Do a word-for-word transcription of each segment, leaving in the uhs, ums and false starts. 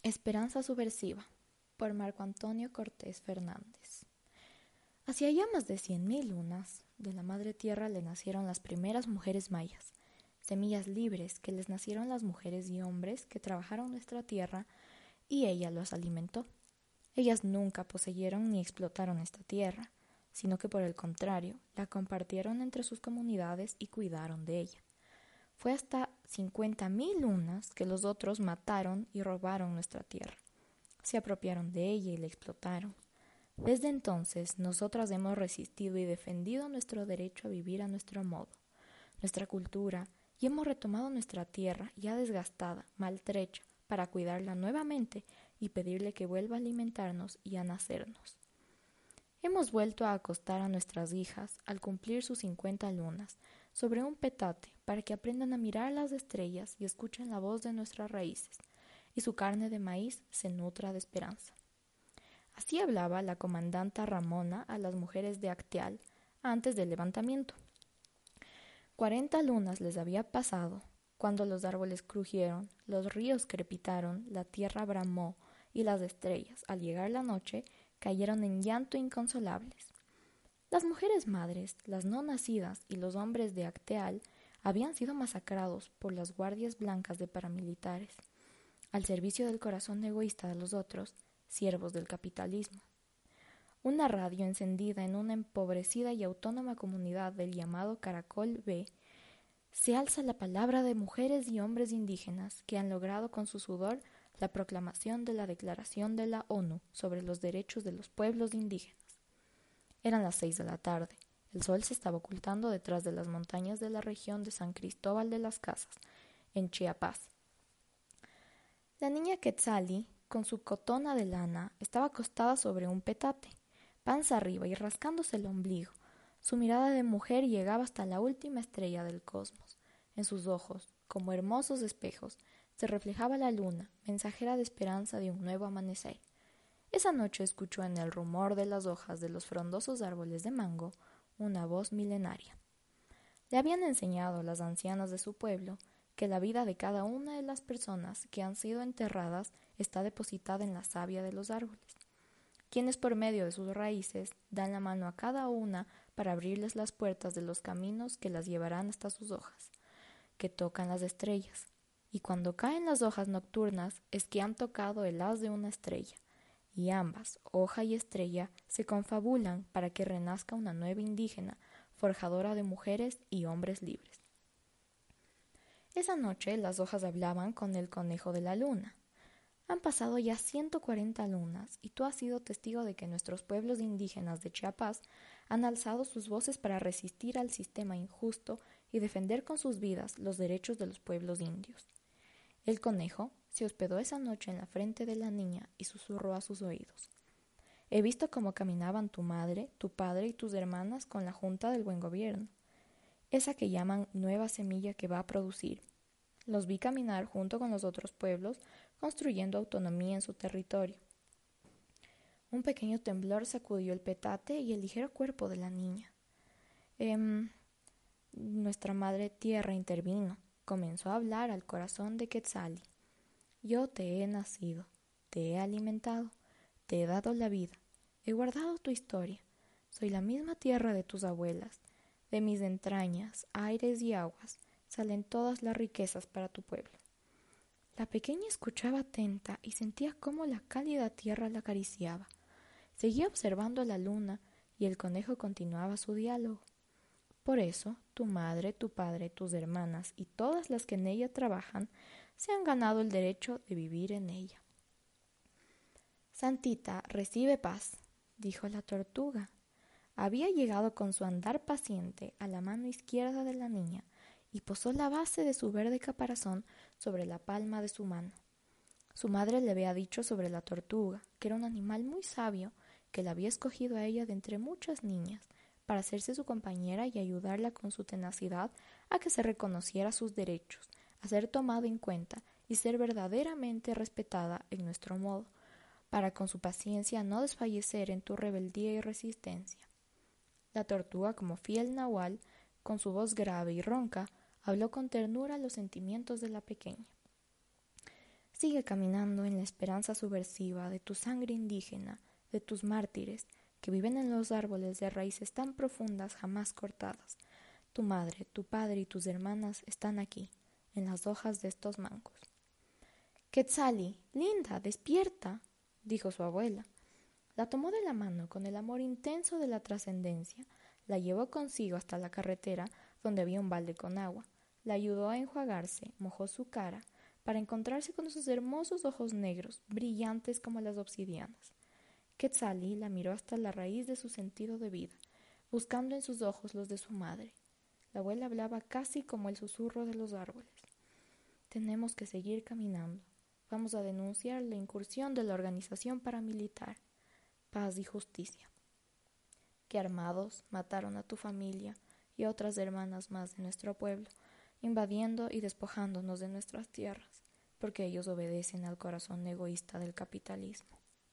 Esperanza subversiva, por Marco Antonio Cortés Fernández. Hacia ya más de cien mil lunas, de la madre tierra le nacieron las primeras mujeres mayas, semillas libres que les nacieron las mujeres y hombres que trabajaron nuestra tierra y ella los alimentó. Ellas nunca poseyeron ni explotaron esta tierra, sino que por el contrario, la compartieron entre sus comunidades y cuidaron de ella. Fue hasta cincuenta mil lunas que los otros mataron y robaron nuestra tierra. Se apropiaron de ella y la explotaron. Desde entonces, nosotras hemos resistido y defendido nuestro derecho a vivir a nuestro modo, nuestra cultura, y hemos retomado nuestra tierra ya desgastada, maltrecha, para cuidarla nuevamente y pedirle que vuelva a alimentarnos y a nacernos. Hemos vuelto a acostar a nuestras hijas, al cumplir sus cincuenta lunas, sobre un petate para que aprendan a mirar las estrellas y escuchen la voz de nuestras raíces, y su carne de maíz se nutra de esperanza. Así hablaba la comandanta Ramona a las mujeres de Acteal antes del levantamiento. Cuarenta lunas les había pasado, cuando los árboles crujieron, los ríos crepitaron, la tierra bramó, y las estrellas, al llegar la noche, cayeron en llanto inconsolables. Las mujeres madres, las no nacidas y los hombres de Acteal habían sido masacrados por las guardias blancas de paramilitares, al servicio del corazón egoísta de los otros, siervos del capitalismo. Una radio encendida en una empobrecida y autónoma comunidad del llamado Caracol B, se alza la palabra de mujeres y hombres indígenas que han logrado con su sudor la proclamación de la Declaración de la ONU sobre los derechos de los pueblos indígenas. Eran las seis de la tarde. El sol se estaba ocultando detrás de las montañas de la región de San Cristóbal de las Casas, en Chiapas. La niña Quetzali, con su cotona de lana, estaba acostada sobre un petate, panza arriba y rascándose el ombligo. Su mirada de mujer llegaba hasta la última estrella del cosmos. En sus ojos, como hermosos espejos, se reflejaba la luna, mensajera de esperanza de un nuevo amanecer. Esa noche escuchó en el rumor de las hojas de los frondosos árboles de mango una voz milenaria. Le habían enseñado las ancianas de su pueblo que la vida de cada una de las personas que han sido enterradas está depositada en la savia de los árboles, quienes por medio de sus raíces dan la mano a cada una para abrirles las puertas de los caminos que las llevarán hasta sus hojas, que tocan las estrellas, y cuando caen las hojas nocturnas es que han tocado el haz de una estrella, y ambas, hoja y estrella, se confabulan para que renazca una nueva indígena, forjadora de mujeres y hombres libres. Esa noche las hojas hablaban con el conejo de la luna. Han pasado ya ciento cuarenta lunas y tú has sido testigo de que nuestros pueblos indígenas de Chiapas han alzado sus voces para resistir al sistema injusto y defender con sus vidas los derechos de los pueblos indios. El conejo se hospedó esa noche en la frente de la niña y susurró a sus oídos: He visto cómo caminaban tu madre, tu padre y tus hermanas con la Junta del Buen Gobierno, esa que llaman nueva semilla que va a producir. Los vi caminar junto con los otros pueblos, construyendo autonomía en su territorio. Un pequeño temblor sacudió el petate y el ligero cuerpo de la niña. Ehm, nuestra madre tierra intervino. Comenzó a hablar al corazón de Quetzali. Yo te he nacido, te he alimentado, te he dado la vida, he guardado tu historia. Soy la misma tierra de tus abuelas. De mis entrañas, aires y aguas salen todas las riquezas para tu pueblo. La pequeña escuchaba atenta y sentía cómo la cálida tierra la acariciaba. Seguía observando a la luna y el conejo continuaba su diálogo. Por eso, tu madre, tu padre, tus hermanas y todas las que en ella trabajan se han ganado el derecho de vivir en ella. Santita, recibe paz, dijo la tortuga. Había llegado con su andar paciente a la mano izquierda de la niña y posó la base de su verde caparazón sobre la palma de su mano. Su madre le había dicho sobre la tortuga, que era un animal muy sabio, que la había escogido a ella de entre muchas niñas, para hacerse su compañera y ayudarla con su tenacidad a que se reconociera sus derechos, a ser tomada en cuenta y ser verdaderamente respetada en nuestro modo, para con su paciencia no desfallecer en tu rebeldía y resistencia. La tortuga, como fiel nahual, con su voz grave y ronca, habló con ternura los sentimientos de la pequeña. Sigue caminando en la esperanza subversiva de tu sangre indígena, de tus mártires, que viven en los árboles de raíces tan profundas jamás cortadas. Tu madre, tu padre y tus hermanas están aquí, en las hojas de estos mangos. Quetzali, linda, despierta, dijo su abuela. La tomó de la mano con el amor intenso de la trascendencia, la llevó consigo hasta la carretera donde había un balde con agua, la ayudó a enjuagarse, mojó su cara, para encontrarse con sus hermosos ojos negros, brillantes como las obsidianas. Quetzali la miró hasta la raíz de su sentido de vida, buscando en sus ojos los de su madre. La abuela hablaba casi como el susurro de los árboles. Tenemos que seguir caminando. Vamos a denunciar la incursión de la organización paramilitar. Paz y justicia. Que armados mataron a tu familia y a otras hermanas más de nuestro pueblo, invadiendo y despojándonos de nuestras tierras, porque ellos obedecen al corazón egoísta del capitalismo.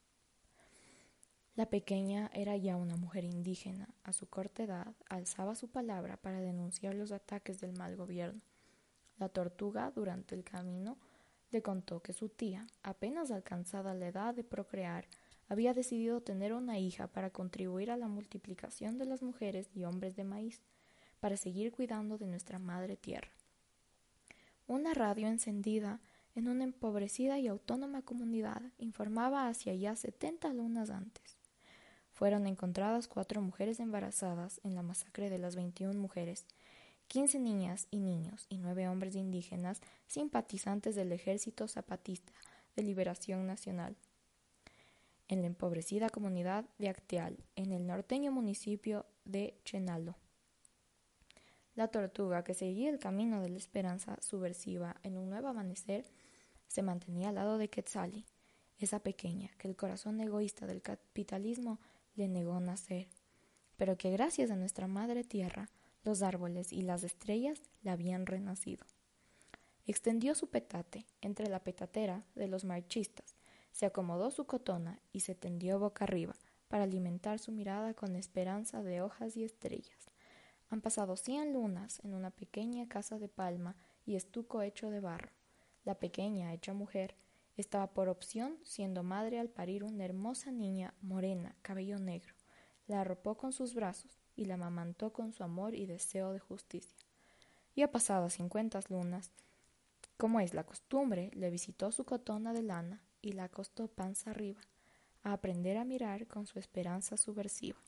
La pequeña era ya una mujer indígena. A su corta edad alzaba su palabra para denunciar los ataques del mal gobierno. La tortuga, durante el camino, le contó que su tía, apenas alcanzada la edad de procrear, había decidido tener una hija para contribuir a la multiplicación de las mujeres y hombres de maíz, para seguir cuidando de nuestra madre tierra. Una radio encendida en una empobrecida y autónoma comunidad informaba hacia ya setenta lunas antes. Fueron encontradas cuatro mujeres embarazadas en la masacre de las veintiuna mujeres, quince niñas y niños y nueve hombres indígenas simpatizantes del Ejército Zapatista de Liberación Nacional, en la empobrecida comunidad de Acteal, en el norteño municipio de Chenalo. La tortuga, que seguía el camino de la esperanza subversiva en un nuevo amanecer, se mantenía al lado de Quetzali, esa pequeña que el corazón egoísta del capitalismo le negó nacer, pero que gracias a nuestra madre tierra, los árboles y las estrellas la habían renacido. Extendió su petate entre la petatera de los marchistas, se acomodó su cotona y se tendió boca arriba para alimentar su mirada con esperanza de hojas y estrellas. Han pasado cien lunas en una pequeña casa de palma y estuco hecho de barro. La pequeña, hecha mujer, estaba por opción siendo madre al parir una hermosa niña morena, cabello negro. La arropó con sus brazos y la amamantó con su amor y deseo de justicia. Ya pasadas cincuenta lunas, como es la costumbre, le visitó su cotona de lana y la acostó panza arriba, a aprender a mirar con su esperanza subversiva.